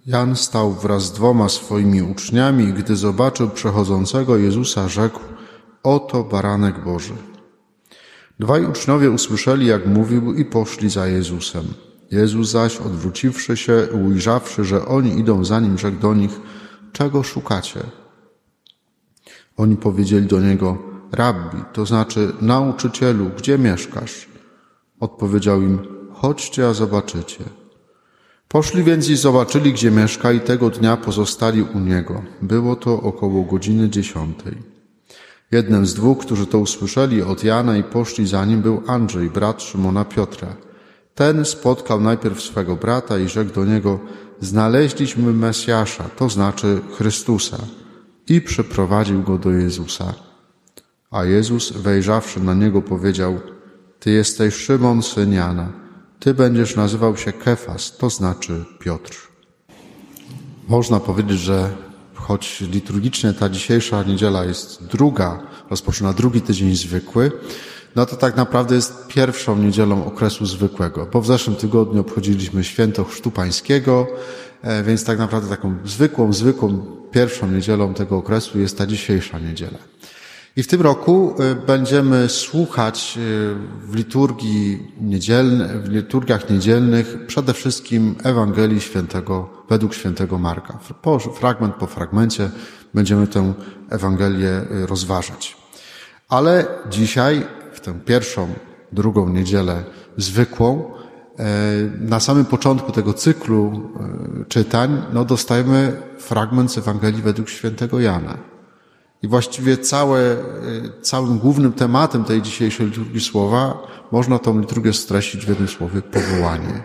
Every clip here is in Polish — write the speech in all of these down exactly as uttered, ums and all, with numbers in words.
Jan stał wraz z dwoma swoimi uczniami i gdy zobaczył przechodzącego Jezusa, rzekł: oto baranek Boży. Dwaj uczniowie usłyszeli, jak mówił, i poszli za Jezusem. Jezus zaś, odwróciwszy się, ujrzawszy, że oni idą za nim, rzekł do nich: czego szukacie? Oni powiedzieli do niego: Rabbi, to znaczy nauczycielu, gdzie mieszkasz? Odpowiedział im: chodźcie, a zobaczycie. Poszli więc i zobaczyli, gdzie mieszka, i tego dnia pozostali u niego. Było to około godziny dziesiątej. Jednym z dwóch, którzy to usłyszeli od Jana i poszli za nim, był Andrzej, brat Szymona Piotra. Ten spotkał najpierw swego brata i rzekł do niego: znaleźliśmy Mesjasza, to znaczy Chrystusa, i przyprowadził go do Jezusa. A Jezus, wejrzawszy na niego, powiedział: ty jesteś Szymon, syn Jana. Ty będziesz nazywał się Kefas, to znaczy Piotr. Można powiedzieć, że choć liturgicznie ta dzisiejsza niedziela jest druga, rozpoczyna drugi tydzień zwykły, no to tak naprawdę jest pierwszą niedzielą okresu zwykłego, bo w zeszłym tygodniu obchodziliśmy święto Chrztu Pańskiego, więc tak naprawdę taką zwykłą, zwykłą pierwszą niedzielą tego okresu jest ta dzisiejsza niedziela. I w tym roku będziemy słuchać w liturgii niedzielnej, w liturgiach niedzielnych przede wszystkim Ewangelii Świętego, według Świętego Marka. Po, fragment po fragmencie będziemy tę Ewangelię rozważać. Ale dzisiaj, w tę pierwszą, drugą niedzielę zwykłą, na samym początku tego cyklu czytań, no dostajemy fragment z Ewangelii według Świętego Jana. I właściwie całe, całym głównym tematem tej dzisiejszej liturgii słowa można tą liturgię streścić w jednym słowie: powołanie.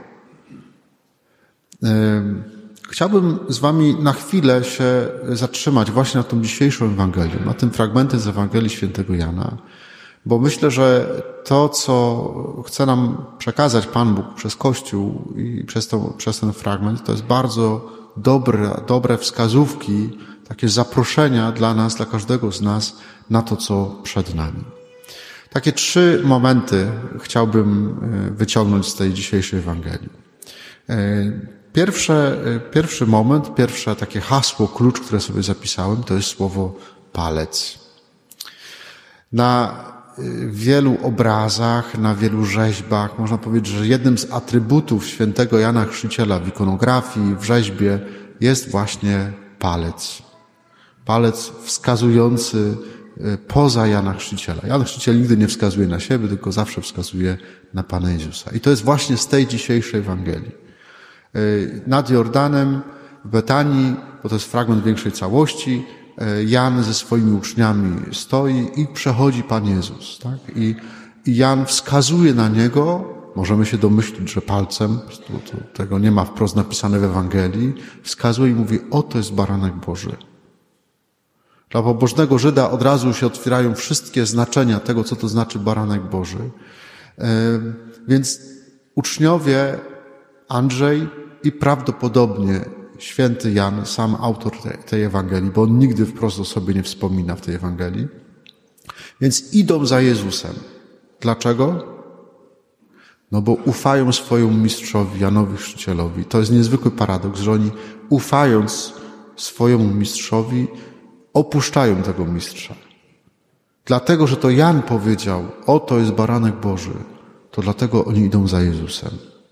Chciałbym z wami na chwilę się zatrzymać właśnie nad tą dzisiejszą Ewangelią, na tym fragmentem z Ewangelii Świętego Jana, bo myślę, że to, co chce nam przekazać Pan Bóg przez Kościół i przez, to, przez ten fragment, to jest bardzo dobre, dobre wskazówki, takie zaproszenia dla nas, dla każdego z nas na to, co przed nami. Takie trzy momenty chciałbym wyciągnąć z tej dzisiejszej Ewangelii. Pierwsze, pierwszy moment, pierwsze takie hasło, klucz, które sobie zapisałem, to jest słowo palec. Na wielu obrazach, na wielu rzeźbach można powiedzieć, że jednym z atrybutów świętego Jana Chrzciciela w ikonografii, w rzeźbie jest właśnie palec. Palec wskazujący poza Jana Chrzciciela. Jan Chrzciciel nigdy nie wskazuje na siebie, tylko zawsze wskazuje na Pana Jezusa. I to jest właśnie z tej dzisiejszej Ewangelii. Nad Jordanem, w Betanii, bo to jest fragment większej całości, Jan ze swoimi uczniami stoi i przechodzi Pan Jezus. Tak? I, I Jan wskazuje na Niego, możemy się domyślić, że palcem, to, to, tego nie ma wprost napisane w Ewangelii, wskazuje i mówi: oto jest baranek Boży. Dla pobożnego Żyda od razu się otwierają wszystkie znaczenia tego, co to znaczy baranek Boży. Więc uczniowie, Andrzej i prawdopodobnie święty Jan, sam autor tej, tej Ewangelii, bo on nigdy wprost o sobie nie wspomina w tej Ewangelii, więc idą za Jezusem. Dlaczego? No bo ufają swojemu mistrzowi, Janowi Chrzcicielowi. To jest niezwykły paradoks, że oni ufając swojemu mistrzowi, opuszczają tego mistrza. Dlatego, że to Jan powiedział: oto jest baranek Boży, to dlatego oni idą za Jezusem.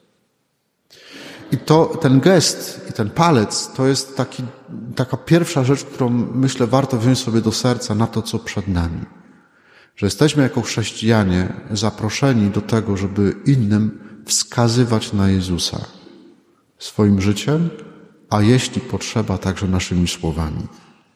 I to, ten gest i ten palec to jest taki, taka pierwsza rzecz, którą myślę warto wziąć sobie do serca na to, co przed nami. Że jesteśmy jako chrześcijanie zaproszeni do tego, żeby innym wskazywać na Jezusa swoim życiem, a jeśli potrzeba, także naszymi słowami.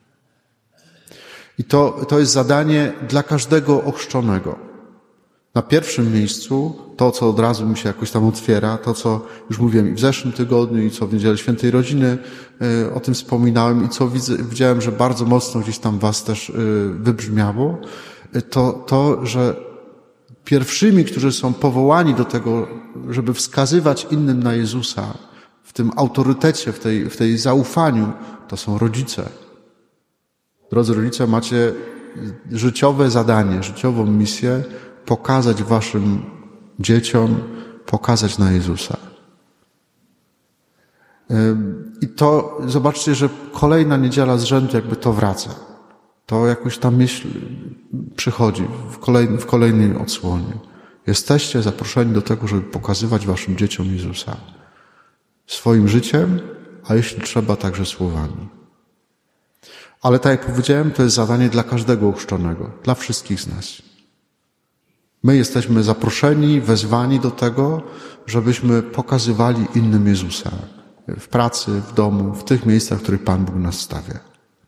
I to, to jest zadanie dla każdego ochrzczonego. Na pierwszym miejscu to, co od razu mi się jakoś tam otwiera, to, co już mówiłem i w zeszłym tygodniu, i co w Niedzielę Świętej Rodziny y, o tym wspominałem, i co widzę, widziałem, że bardzo mocno gdzieś tam was też y, wybrzmiało, y, to, to, że pierwszymi, którzy są powołani do tego, żeby wskazywać innym na Jezusa, w tym autorytecie, w tej, w tej zaufaniu, to są rodzice. Drodzy rodzice, macie życiowe zadanie, życiową misję pokazać waszym dzieciom, pokazać na Jezusa. I to, zobaczcie, że kolejna niedziela z rzędu jakby to wraca. To jakoś ta myśl przychodzi w, kolej, w kolejnej odsłonie. Jesteście zaproszeni do tego, żeby pokazywać waszym dzieciom Jezusa. Swoim życiem, a jeśli trzeba, także słowami. Ale tak jak powiedziałem, to jest zadanie dla każdego ochrzczonego, dla wszystkich z nas. My jesteśmy zaproszeni, wezwani do tego, żebyśmy pokazywali innym Jezusa. W pracy, w domu, w tych miejscach, w których Pan Bóg nas stawia.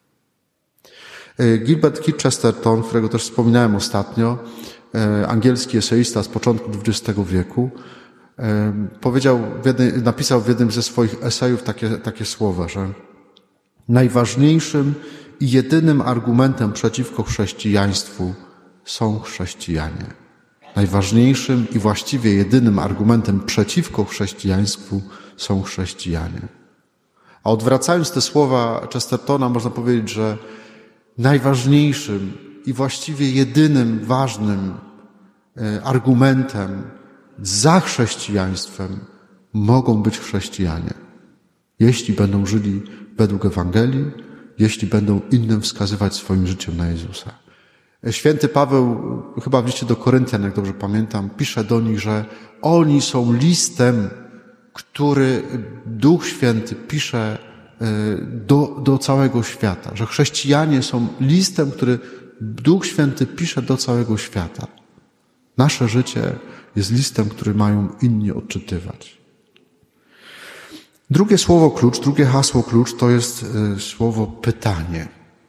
Gilbert Keith Chesterton, którego też wspominałem ostatnio, angielski eseista z początku dwudziestego wieku, powiedział, w jednym, napisał w jednym ze swoich esejów takie, takie słowa, że najważniejszym i jedynym argumentem przeciwko chrześcijaństwu są chrześcijanie. Najważniejszym i właściwie jedynym argumentem przeciwko chrześcijaństwu są chrześcijanie. A odwracając te słowa Chestertona, można powiedzieć, że najważniejszym i właściwie jedynym ważnym argumentem za chrześcijaństwem mogą być chrześcijanie. Jeśli będą żyli według Ewangelii, jeśli będą innym wskazywać swoim życiem na Jezusa. Święty Paweł, chyba w liście do Koryntian, jak dobrze pamiętam, pisze do nich, że oni są listem, który Duch Święty pisze do, do całego świata. Że chrześcijanie są listem, który Duch Święty pisze do całego świata. Nasze życie jest listem, który mają inni odczytywać. Drugie słowo klucz, drugie hasło klucz to jest słowo pytanie.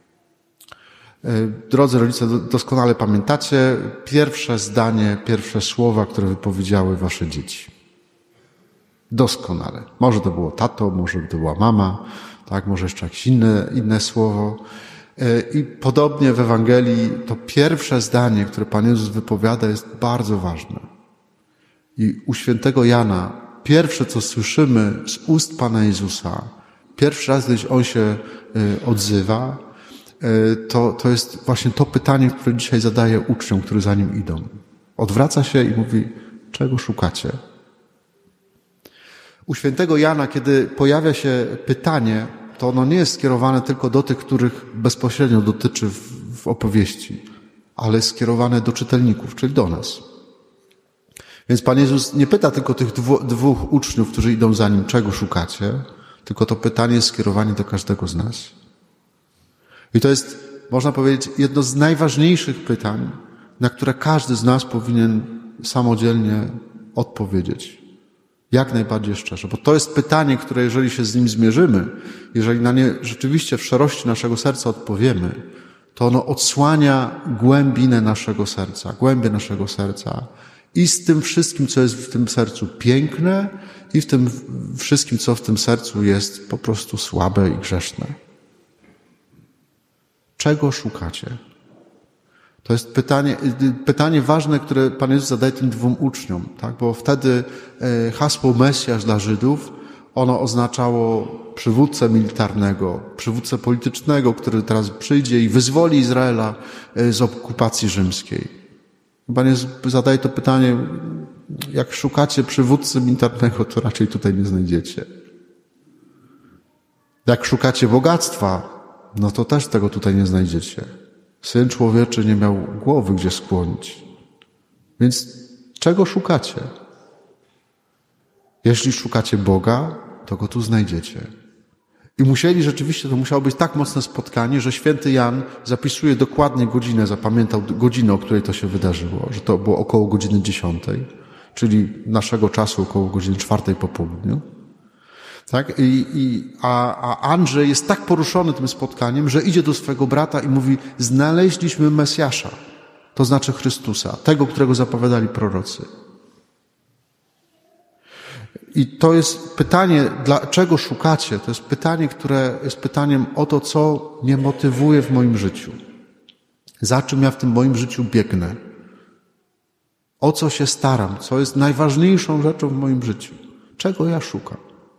Drodzy rodzice, doskonale pamiętacie pierwsze zdanie, pierwsze słowa, które wypowiedziały wasze dzieci. Doskonale. Może to było tato, może to była mama, tak, może jeszcze jakieś inne, inne słowo. I podobnie w Ewangelii to pierwsze zdanie, które Pan Jezus wypowiada, jest bardzo ważne. I u świętego Jana pierwsze, co słyszymy z ust Pana Jezusa, pierwszy raz, gdy On się odzywa, to, to jest właśnie to pytanie, które dzisiaj zadaje uczniom, którzy za Nim idą. Odwraca się i mówi, czego szukacie? U świętego Jana, kiedy pojawia się pytanie, to ono nie jest skierowane tylko do tych, których bezpośrednio dotyczy w, w opowieści, ale jest skierowane do czytelników, czyli do nas. Więc Pan Jezus nie pyta tylko tych dwu, dwóch uczniów, którzy idą za Nim, czego szukacie, tylko to pytanie jest skierowane do każdego z nas. I to jest, można powiedzieć, jedno z najważniejszych pytań, na które każdy z nas powinien samodzielnie odpowiedzieć. Jak najbardziej szczerze. Bo to jest pytanie, które jeżeli się z nim zmierzymy, jeżeli na nie rzeczywiście w szczerości naszego serca odpowiemy, to ono odsłania głębinę naszego serca, głębię naszego serca i z tym wszystkim, co jest w tym sercu piękne i w tym wszystkim, co w tym sercu jest po prostu słabe i grzeszne. Czego szukacie? To jest pytanie, pytanie ważne, które Pan Jezus zadaje tym dwóm uczniom, tak? Bo wtedy hasło Mesjasz dla Żydów, ono oznaczało przywódcę militarnego, przywódcę politycznego, który teraz przyjdzie i wyzwoli Izraela z okupacji rzymskiej. Pan Jezus zadaje to pytanie, jak szukacie przywódcy militarnego, to raczej tutaj nie znajdziecie. Jak szukacie bogactwa, no to też tego tutaj nie znajdziecie. Syn Człowieczy nie miał głowy, gdzie skłonić. Więc czego szukacie? Jeśli szukacie Boga, to Go tu znajdziecie. I musieli rzeczywiście, to musiało być tak mocne spotkanie, że święty Jan zapisuje dokładnie godzinę, zapamiętał godzinę, o której to się wydarzyło, że to było około godziny dziesiątej, czyli naszego czasu około godziny czwartej po południu. Tak? I, i, a, a Andrzej jest tak poruszony tym spotkaniem, że idzie do swojego brata i mówi, znaleźliśmy Mesjasza, to znaczy Chrystusa, tego, którego zapowiadali prorocy. I to jest pytanie, dlaczego szukacie? To jest pytanie, które jest pytaniem o to, co mnie motywuje w moim życiu. Za czym ja w tym moim życiu biegnę? O co się staram? Co jest najważniejszą rzeczą w moim życiu? Czego ja szukam?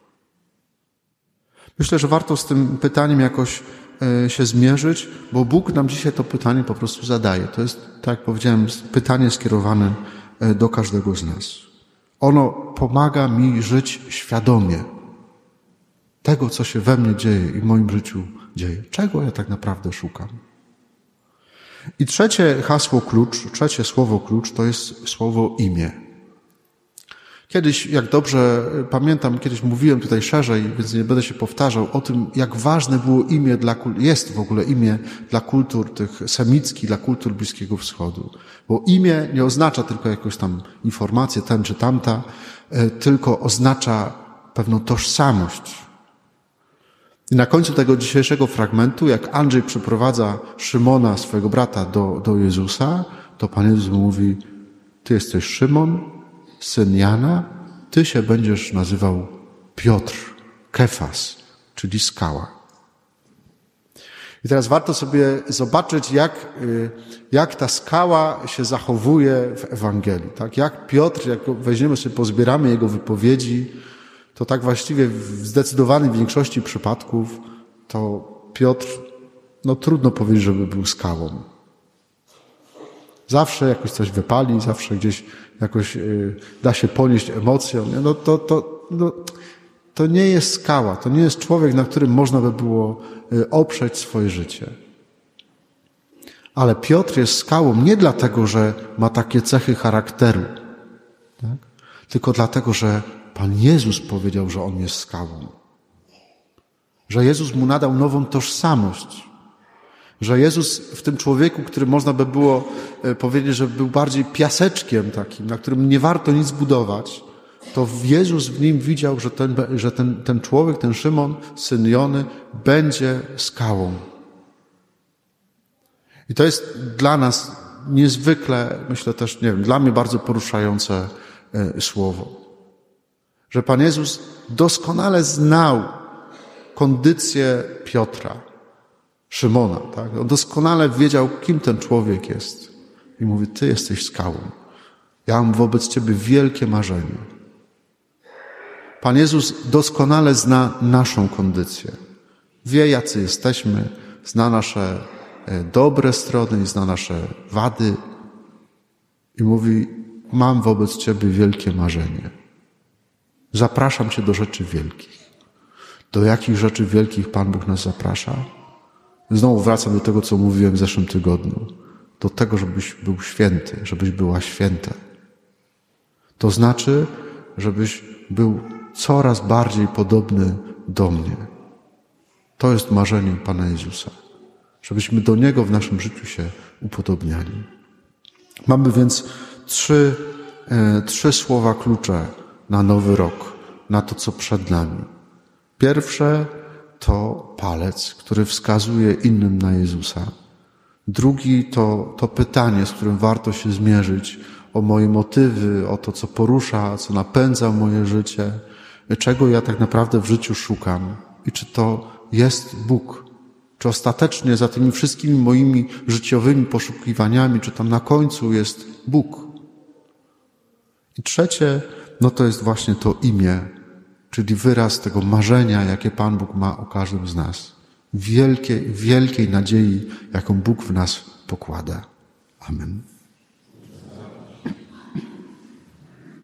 Myślę, że warto z tym pytaniem jakoś się zmierzyć, bo Bóg nam dzisiaj to pytanie po prostu zadaje. To jest, tak jak powiedziałem, pytanie skierowane do każdego z nas. Ono pomaga mi żyć świadomie. tego, co się we mnie dzieje i w moim życiu dzieje. Czego ja tak naprawdę szukam? I trzecie hasło klucz, trzecie słowo klucz to jest słowo imię. Kiedyś, jak dobrze pamiętam, kiedyś mówiłem tutaj szerzej, więc nie będę się powtarzał, o tym, jak ważne było imię dla, jest w ogóle imię dla kultur tych semickich, dla kultur Bliskiego Wschodu. Bo imię nie oznacza tylko jakąś tam informację, ten czy tamta, tylko oznacza pewną tożsamość. I na końcu tego dzisiejszego fragmentu, jak Andrzej przyprowadza Szymona, swojego brata, do, do Jezusa, to Pan Jezus mówi, ty jesteś Szymon, syn Jana, ty się będziesz nazywał Piotr, Kefas, czyli skała. I teraz warto sobie zobaczyć, jak, jak ta skała się zachowuje w Ewangelii. Tak? Jak Piotr, jak weźmiemy sobie, pozbieramy jego wypowiedzi, to tak właściwie w zdecydowanej większości przypadków to Piotr, no trudno powiedzieć, żeby był skałą. Zawsze jakoś coś wypali, zawsze gdzieś jakoś yy, da się ponieść emocją. No to, to, no, to nie jest skała, to nie jest człowiek, na którym można by było yy, oprzeć swoje życie. Ale Piotr jest skałą nie dlatego, że ma takie cechy charakteru, tak? Tylko dlatego, że Pan Jezus powiedział, że on jest skałą. Że Jezus mu nadał nową tożsamość. Że Jezus w tym człowieku, który można by było powiedzieć, że był bardziej piaseczkiem takim, na którym nie warto nic budować, to Jezus w nim widział, że ten, że ten, ten człowiek, ten Szymon, syn Jony, będzie skałą. I to jest dla nas niezwykle, myślę też, nie wiem, dla mnie bardzo poruszające słowo. Że Pan Jezus doskonale znał kondycję Piotra, Szymona. Tak? On doskonale wiedział, kim ten człowiek jest. I mówi, ty jesteś skałą. Ja mam wobec ciebie wielkie marzenie. Pan Jezus doskonale zna naszą kondycję. Wie, jacy jesteśmy, zna nasze dobre strony i zna nasze wady. I mówi, mam wobec ciebie wielkie marzenie. Zapraszam cię do rzeczy wielkich. Do jakich rzeczy wielkich Pan Bóg nas zaprasza? Znowu wracam do tego, co mówiłem w zeszłym tygodniu. Do tego, żebyś był święty, żebyś była święta. To znaczy, żebyś był coraz bardziej podobny do mnie. To jest marzenie Pana Jezusa. Żebyśmy do Niego w naszym życiu się upodobniali. Mamy więc trzy, e, trzy słowa klucze na nowy rok, na to, co przed nami. Pierwsze to palec, który wskazuje innym na Jezusa. Drugi to, to pytanie, z którym warto się zmierzyć, o moje motywy, o to, co porusza, co napędza moje życie, czego ja tak naprawdę w życiu szukam i czy to jest Bóg. Czy ostatecznie za tymi wszystkimi moimi życiowymi poszukiwaniami, czy tam na końcu jest Bóg. I trzecie, no to jest właśnie to imię, czyli wyraz tego marzenia, jakie Pan Bóg ma o każdym z nas. Wielkiej, wielkiej nadziei, jaką Bóg w nas pokłada. Amen.